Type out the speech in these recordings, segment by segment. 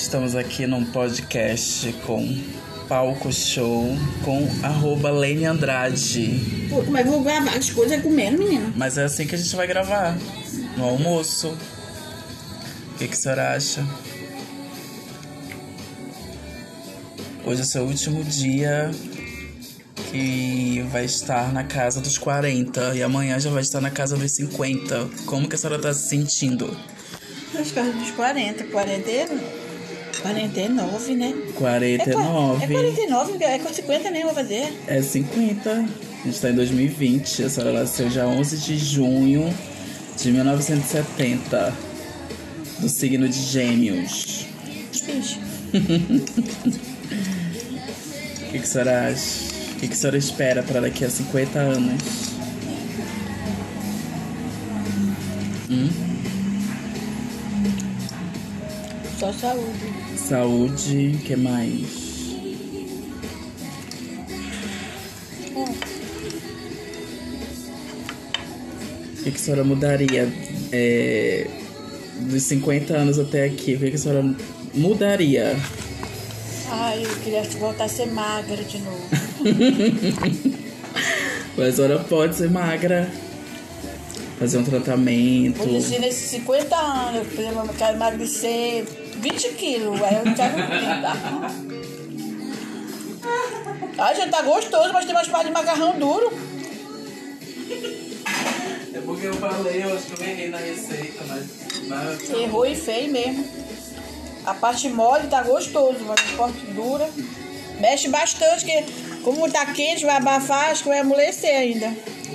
Estamos aqui num podcast com Palco Show com @Lene Andrade. Pô, como é que eu vou gravar as coisas comendo, menina? Mas é assim que a gente vai gravar, no almoço. O que a senhora acha? Hoje é o seu último dia que vai estar na casa dos 40 e amanhã já vai estar na casa dos 50. Como que a senhora está se sentindo? Nas casas dos 40, 49, né? 49. É 49, é com 50 nem vou fazer. É 50. A gente está em 2020. A senhora nasceu dia 11 de junho de 1970. Do signo de Gêmeos. Ixi. O que a senhora acha? O que a senhora espera para daqui a 50 anos? Só saúde. Saúde, o que mais? O que a senhora mudaria dos 50 anos até aqui? O que a senhora mudaria? Ai, eu queria voltar a ser magra de novo. Mas a senhora pode ser magra. Fazer um tratamento. Por isso, nesses 50 anos, por exemplo, eu quero emagrecer 20 quilos. Aí eu quero 30. Ai, gente, tá gostoso, mas tem mais parte de macarrão duro. É porque eu falei, eu acho que eu errei na receita, mas... Errou e feio mesmo. A parte mole tá gostoso, mas a parte dura. Mexe bastante, que como tá quente, vai abafar, acho que vai amolecer ainda.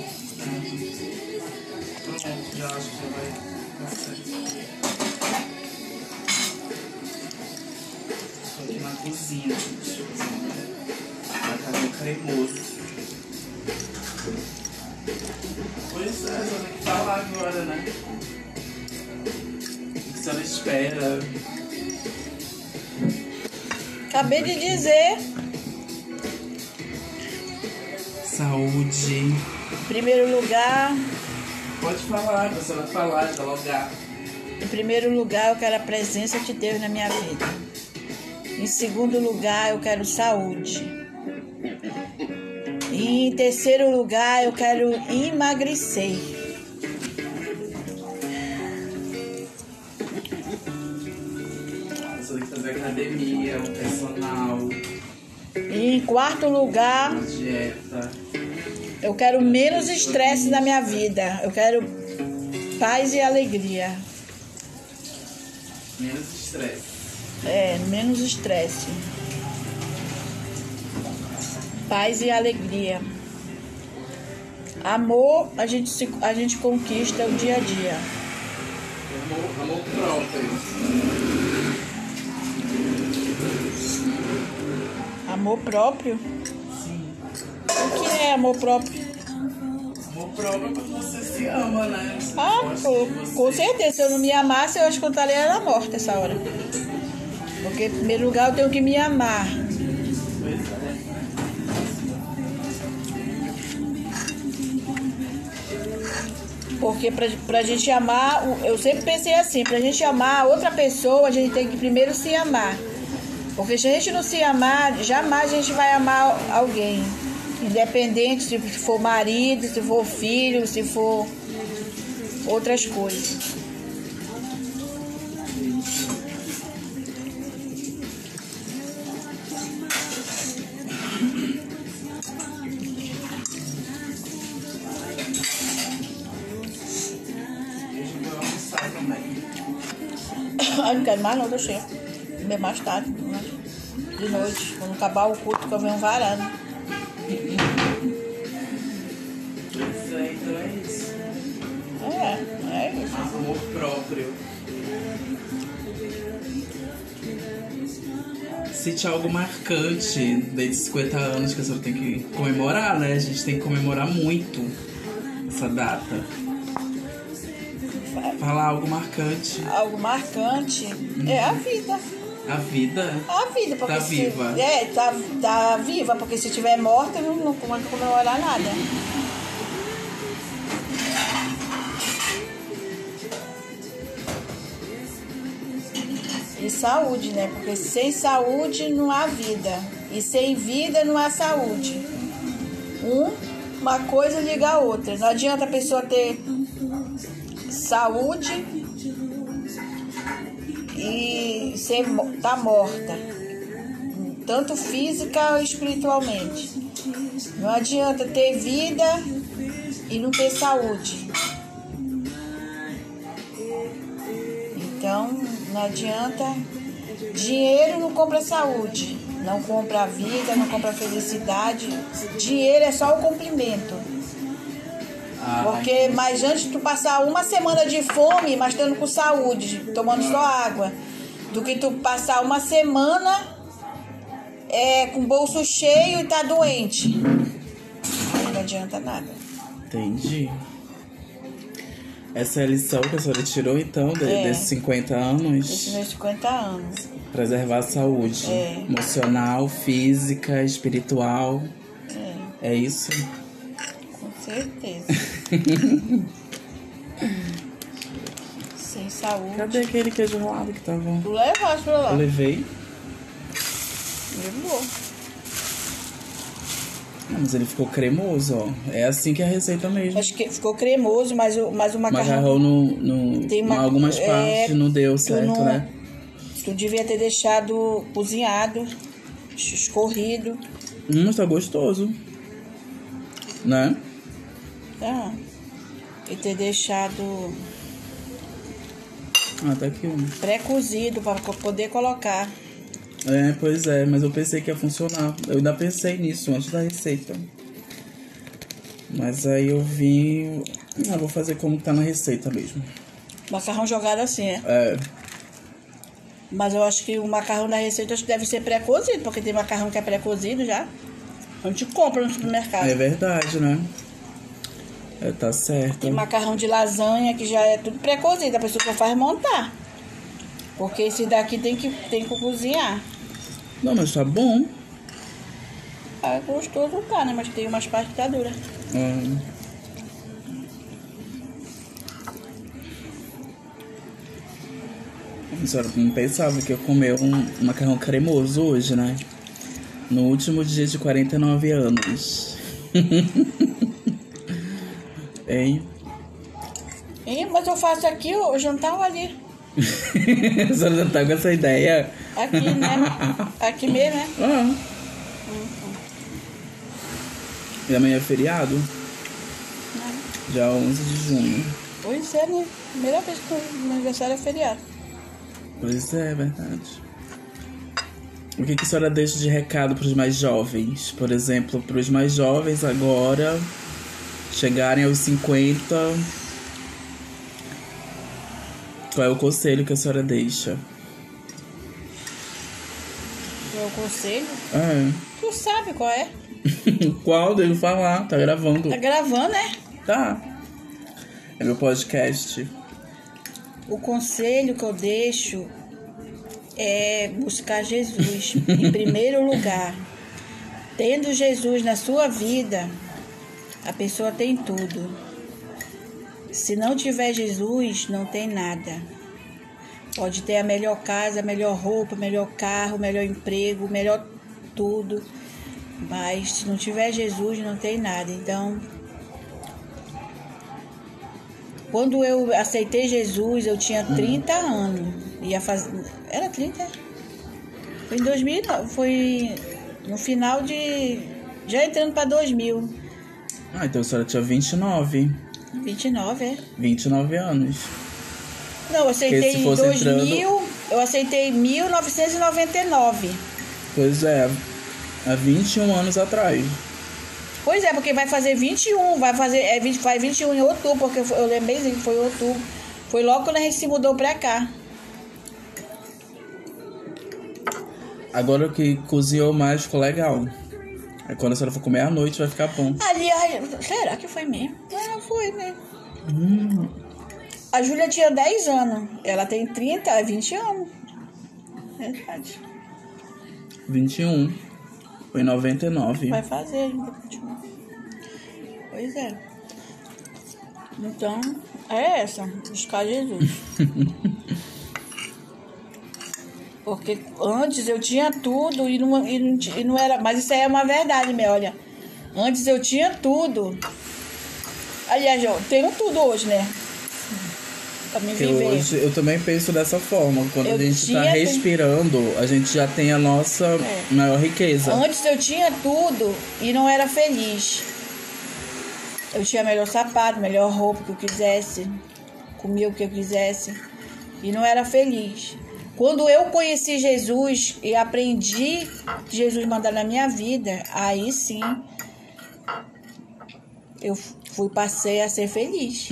Já acho que já vai dar certo. Tô aqui na cozinha, gente. Macarrão cremoso. Pois é, só tem que falar agora, né? O que a senhora espera? Acabei de dizer. Saúde. Em primeiro lugar, Pode falar, pra senhora falar, dialogar. em primeiro lugar, eu quero a presença de Deus na minha vida. Em segundo lugar, eu quero saúde. E em terceiro lugar, eu quero emagrecer. Você tem que fazer academia, um personal, E em quarto lugar, uma dieta. eu quero menos estresse na minha vida. Eu quero paz e alegria. Menos estresse. Menos estresse. Paz e alegria. Amor, a gente conquista o dia a dia. Amor próprio. Amor próprio? Sim. O que é amor próprio? Amor próprio é quando você se ama, né? Você gosta de você. Com certeza. Se eu não me amasse, eu acho que eu estaria na morte essa hora. Porque, em primeiro lugar, eu tenho que me amar. Pois é. Porque pra gente amar, eu sempre pensei assim, pra gente amar outra pessoa, a gente tem que primeiro se amar. Porque se a gente não se amar, jamais a gente vai amar alguém. Independente se for marido, se for filho, se for outras coisas. Hoje eu vou almoçar também. Ai, não quero mais não, tô cheio. Comer mais tarde, de noite. Quando acabar o culto, que eu venho varando. Pois é, então é isso. É isso. Amor próprio. Cite algo marcante desde 50 anos que a senhora tem que comemorar, né? A gente tem que comemorar muito essa data. Falar algo marcante. Algo marcante é a vida. A vida A vida, porque tá se, viva. tá viva, porque se estiver morta, eu não pode comemorar nada. E saúde, né? Porque sem saúde não há vida. E sem vida não há saúde. Uma coisa liga a outra. Não adianta a pessoa ter saúde e tá morta. Tanto física ou espiritualmente. Não adianta ter vida e não ter saúde. Então, não adianta. Dinheiro não compra saúde, não compra a vida, não compra a felicidade. Dinheiro é só o complemento. Porque mais antes tu passar uma semana de fome, mas estando com saúde, tomando só água, do que tu passar uma semana com o bolso cheio e tá doente. Aí não adianta nada. Entendi. Essa é a lição que a senhora tirou, então, desses 50 anos? Desses meus 50 anos. Preservar a saúde emocional, física, espiritual. É isso? Com certeza. Sem saúde. Cadê aquele queijo ralado que tava? Tu levaste pra lá? Eu levei. Levou. Mas ele ficou cremoso, ó. É assim que é a receita mesmo. Acho que ficou cremoso, mas o macarrão... Em algumas partes não deu certo, né? Tu devia ter deixado cozinhado, escorrido. Mas tá gostoso. Né? Tá. E ter deixado tá aqui. pré-cozido para poder colocar. Pois é, mas eu pensei que ia funcionar. Eu ainda pensei nisso antes da receita. Mas aí eu vim... vou fazer como tá na receita mesmo. Macarrão jogado assim, Mas eu acho que o macarrão da receita deve ser pré-cozido, porque tem macarrão que é pré-cozido já. A gente compra no supermercado. É verdade, né? Tá certo. Tem macarrão de lasanha que já é tudo pré-cozido, a pessoa só faz montar. Porque esse daqui tem que cozinhar. Não, mas tá bom. É gostoso, tá, né? Mas tem umas partes que tá dura. A senhora não pensava que eu comer um macarrão cremoso hoje, né? No último dia de 49 anos. Hein? Mas eu faço aqui o jantar ali. A senhora já tá com essa ideia? Aqui, né? Aqui mesmo, né? E amanhã é feriado? Não. Dia 11 de junho. Pois é, né? Primeira vez que o meu aniversário é feriado. Pois é verdade. O que a senhora deixa de recado para os mais jovens? Por exemplo, para os mais jovens agora chegarem aos 50... Qual é o conselho que a senhora deixa? Qual é o conselho? Tu sabe qual é? Qual? Devo falar. Tá gravando. Tá gravando, né? Tá. É meu podcast. O conselho que eu deixo é buscar Jesus em primeiro lugar. Tendo Jesus na sua vida, a pessoa tem tudo. Se não tiver Jesus, não tem nada. Pode ter a melhor casa, a melhor roupa, melhor carro, melhor emprego, melhor tudo. Mas se não tiver Jesus, não tem nada. Então, quando eu aceitei Jesus, eu tinha 30 anos. Era 30? Foi em 2009. Foi no final de... Já entrando para 2000. Então a senhora tinha 29. 29, 29 anos. Não, eu aceitei em 2000, entrando... eu aceitei em 1999. Pois é, há 21 anos atrás. Pois é, porque vai fazer 21, vai 21 em outubro, porque eu lembrei que foi em outubro. Foi logo quando a gente se mudou pra cá. Agora que cozinhou mais, ficou legal. Aí quando a senhora for comer à noite, vai ficar bom. Aliás, será que foi mesmo? Não, foi mesmo. A Júlia tinha 10 anos. Ela tem 30, é 20 anos. Verdade. 21. Foi em 99. Vai fazer, 21. Pois é. Então, é essa. Buscar Jesus. Porque antes eu tinha tudo e não era... Mas isso aí é uma verdade, meu, olha. Antes eu tinha tudo. Aliás, eu tenho tudo hoje, né? Pra me viver. Hoje eu também penso dessa forma. Quando a gente tá respirando, a gente já tem a nossa maior riqueza. Antes eu tinha tudo e não era feliz. Eu tinha melhor sapato, melhor roupa que eu quisesse. Comia o que eu quisesse. E não era feliz. Quando eu conheci Jesus e aprendi que Jesus mandar na minha vida, aí sim eu passei a ser feliz.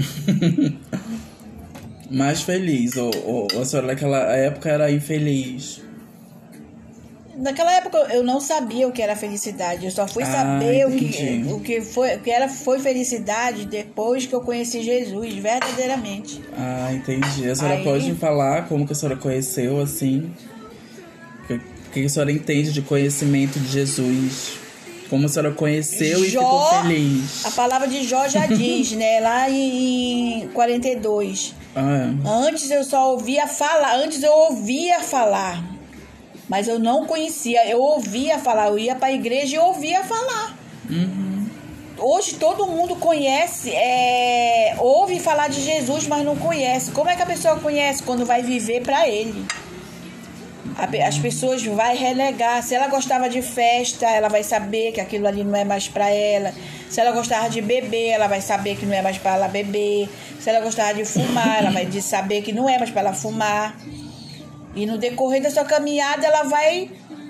Mais feliz, ou a senhora naquela época era infeliz? Naquela época eu não sabia o que era felicidade. Eu só fui saber o que foi felicidade depois que eu conheci Jesus, verdadeiramente. Ah, entendi. A senhora pode falar como que a senhora conheceu, assim? O que a senhora entende de conhecimento de Jesus? Como a senhora conheceu e ficou feliz? A palavra de Jó já diz, né? Lá em 42. Antes eu só ouvia falar. Antes eu ouvia falar. Mas eu não conhecia. Eu ouvia falar. Eu ia para a igreja e ouvia falar. Uhum. Hoje todo mundo conhece. Ouve falar de Jesus, mas não conhece. Como é que a pessoa conhece? Quando vai viver para Ele. As pessoas vão relegar. Se ela gostava de festa, ela vai saber que aquilo ali não é mais para ela. Se ela gostava de beber, ela vai saber que não é mais para ela beber. Se ela gostava de fumar, ela vai saber que não é mais para ela fumar. E no decorrer da sua caminhada, ela vai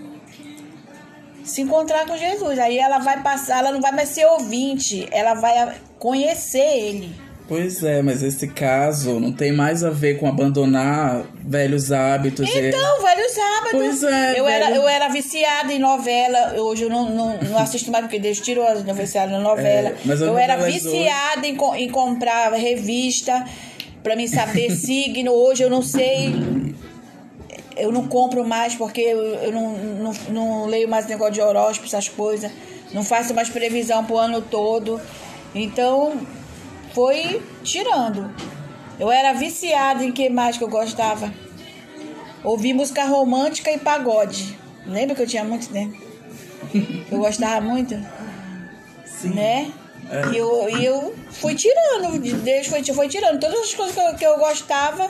se encontrar com Jesus. Aí ela vai passar, ela não vai mais ser ouvinte, ela vai conhecer Ele. Pois é, mas esse caso não tem mais a ver com abandonar velhos hábitos. Então, velhos hábitos. Pois é. Eu era viciada em novela. Hoje eu não assisto mais porque Deus tirou as viciada na novela. Eu era viciada em comprar revista pra mim saber signo. Hoje eu não sei. Eu não compro mais porque eu não leio mais negócio de horóscopo, essas coisas. Não faço mais previsão pro ano todo. Então, foi tirando. Eu era viciada em que mais que eu gostava? Ouvir música romântica e pagode. Lembra que eu tinha muito, né? Eu gostava muito. Sim. Né? E eu fui tirando. Deus foi tirando. Todas as coisas que eu gostava...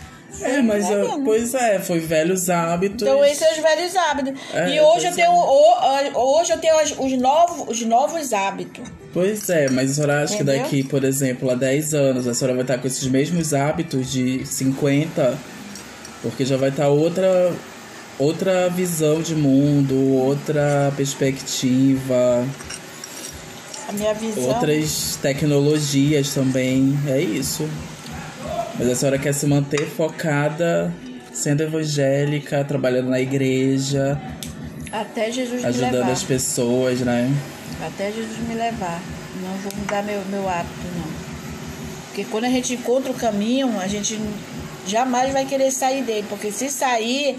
foi velhos hábitos. Então, esses são os velhos hábitos. E hoje eu tenho os novos hábitos. Pois é, mas a senhora acha que daqui, por exemplo, a 10 anos, a senhora vai estar com esses mesmos hábitos de 50? Porque já vai estar outra visão de mundo, outra perspectiva. A minha visão... Outras tecnologias também, é isso. Mas a senhora quer se manter focada, sendo evangélica, trabalhando na igreja. Até Jesus me levar. Ajudando as pessoas, né? Até Jesus me levar. Não vou mudar meu hábito, não. Porque quando a gente encontra o caminho, a gente jamais vai querer sair dele. Porque se sair,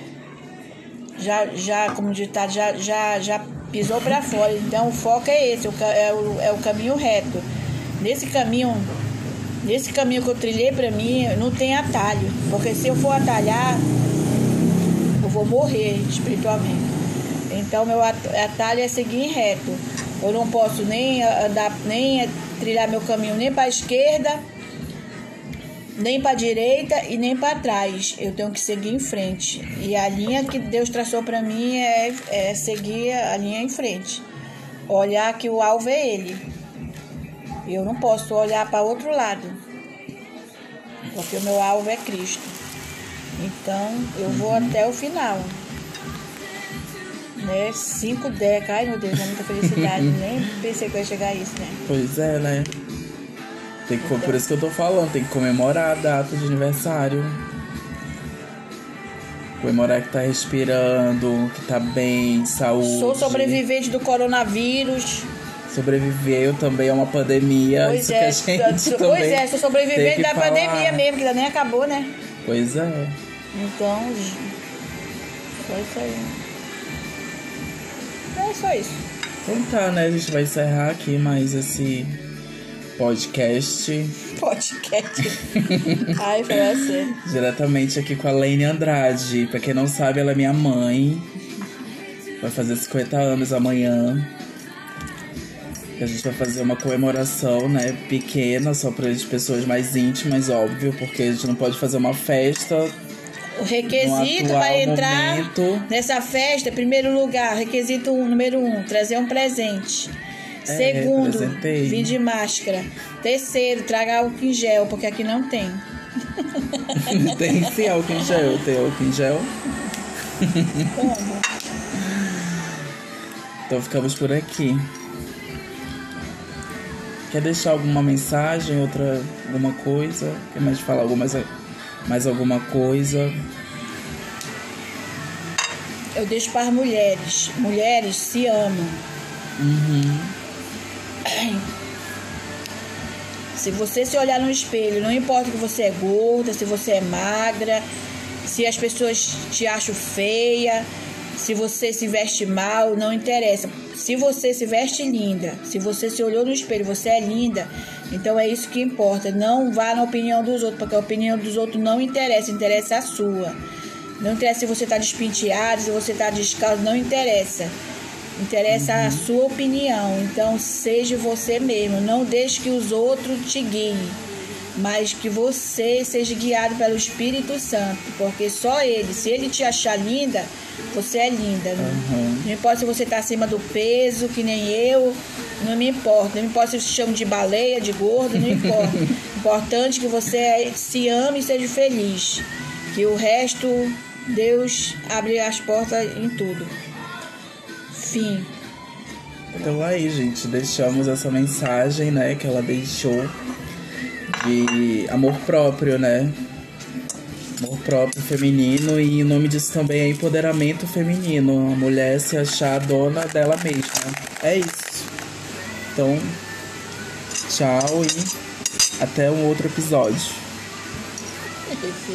como ditado, já pisou para fora. Então o foco é esse, é o caminho reto. Nesse caminho que eu trilhei, pra mim, não tem atalho. Porque se eu for atalhar, eu vou morrer espiritualmente. Então, meu atalho é seguir reto. Eu não posso nem trilhar meu caminho nem para a esquerda, nem para a direita e nem para trás. Eu tenho que seguir em frente. E a linha que Deus traçou para mim é seguir a linha em frente. Olhar que o alvo é Ele. Eu não posso olhar para outro lado, porque o meu alvo é Cristo. Então, eu vou até o final. Né? 5 décadas. Ai, meu Deus, é muita felicidade. Nem pensei que eu ia chegar a isso, né? Pois é, né? Por isso que eu tô falando, tem que comemorar a data de aniversário. Comemorar que tá respirando, que tá bem, saúde. Sou sobrevivente do coronavírus. Sobreviveu também a uma pandemia. Pois é, sou sobrevivente da pandemia mesmo, que ainda nem acabou, né? Pois é. Então, foi isso aí. É só isso. Então tá, né? A gente vai encerrar aqui mais podcast. Ai, fala sério. Diretamente aqui com a Laine Andrade. Pra quem não sabe, ela é minha mãe. Vai fazer 50 anos amanhã. A gente vai fazer uma comemoração, né, pequena, só para as pessoas mais íntimas, óbvio, porque a gente não pode fazer uma festa. O requisito para entrar nessa festa, em primeiro lugar, requisito número 1, trazer um presente. Segundo, vir de máscara. Terceiro, traga álcool em gel, porque aqui não tem. Tem sim álcool em gel, tem álcool em gel. Como? Então ficamos por aqui. Quer deixar alguma mensagem, alguma coisa? Quer mais falar mais alguma coisa? Eu deixo para as mulheres. Mulheres se amam. Se você se olhar no espelho, não importa que você é gorda, se você é magra, se as pessoas te acham feia, se você se veste mal, não interessa. Se você se veste linda, se você se olhou no espelho, você é linda, então é isso que importa. Não vá na opinião dos outros, porque a opinião dos outros não interessa, interessa a sua. Não interessa se você está despenteado, se você está descalço, não interessa. Interessa a sua opinião. Então seja você mesmo, não deixe que os outros te guiem, mas que você seja guiado pelo Espírito Santo, porque só Ele, se Ele te achar linda, você é linda. Não importa se você está acima do peso, que nem eu, não me importa. Não me importa se eu te chamo de baleia, de gordo, não importa. Importante que você se ame e seja feliz. Que o resto, Deus abre as portas em tudo. Fim. Então aí, gente, deixamos essa mensagem, né, que ela deixou de amor próprio, né? Amor próprio feminino, e o nome disso também é empoderamento feminino. A mulher se achar dona dela mesma. É isso. Então, tchau e até um outro episódio.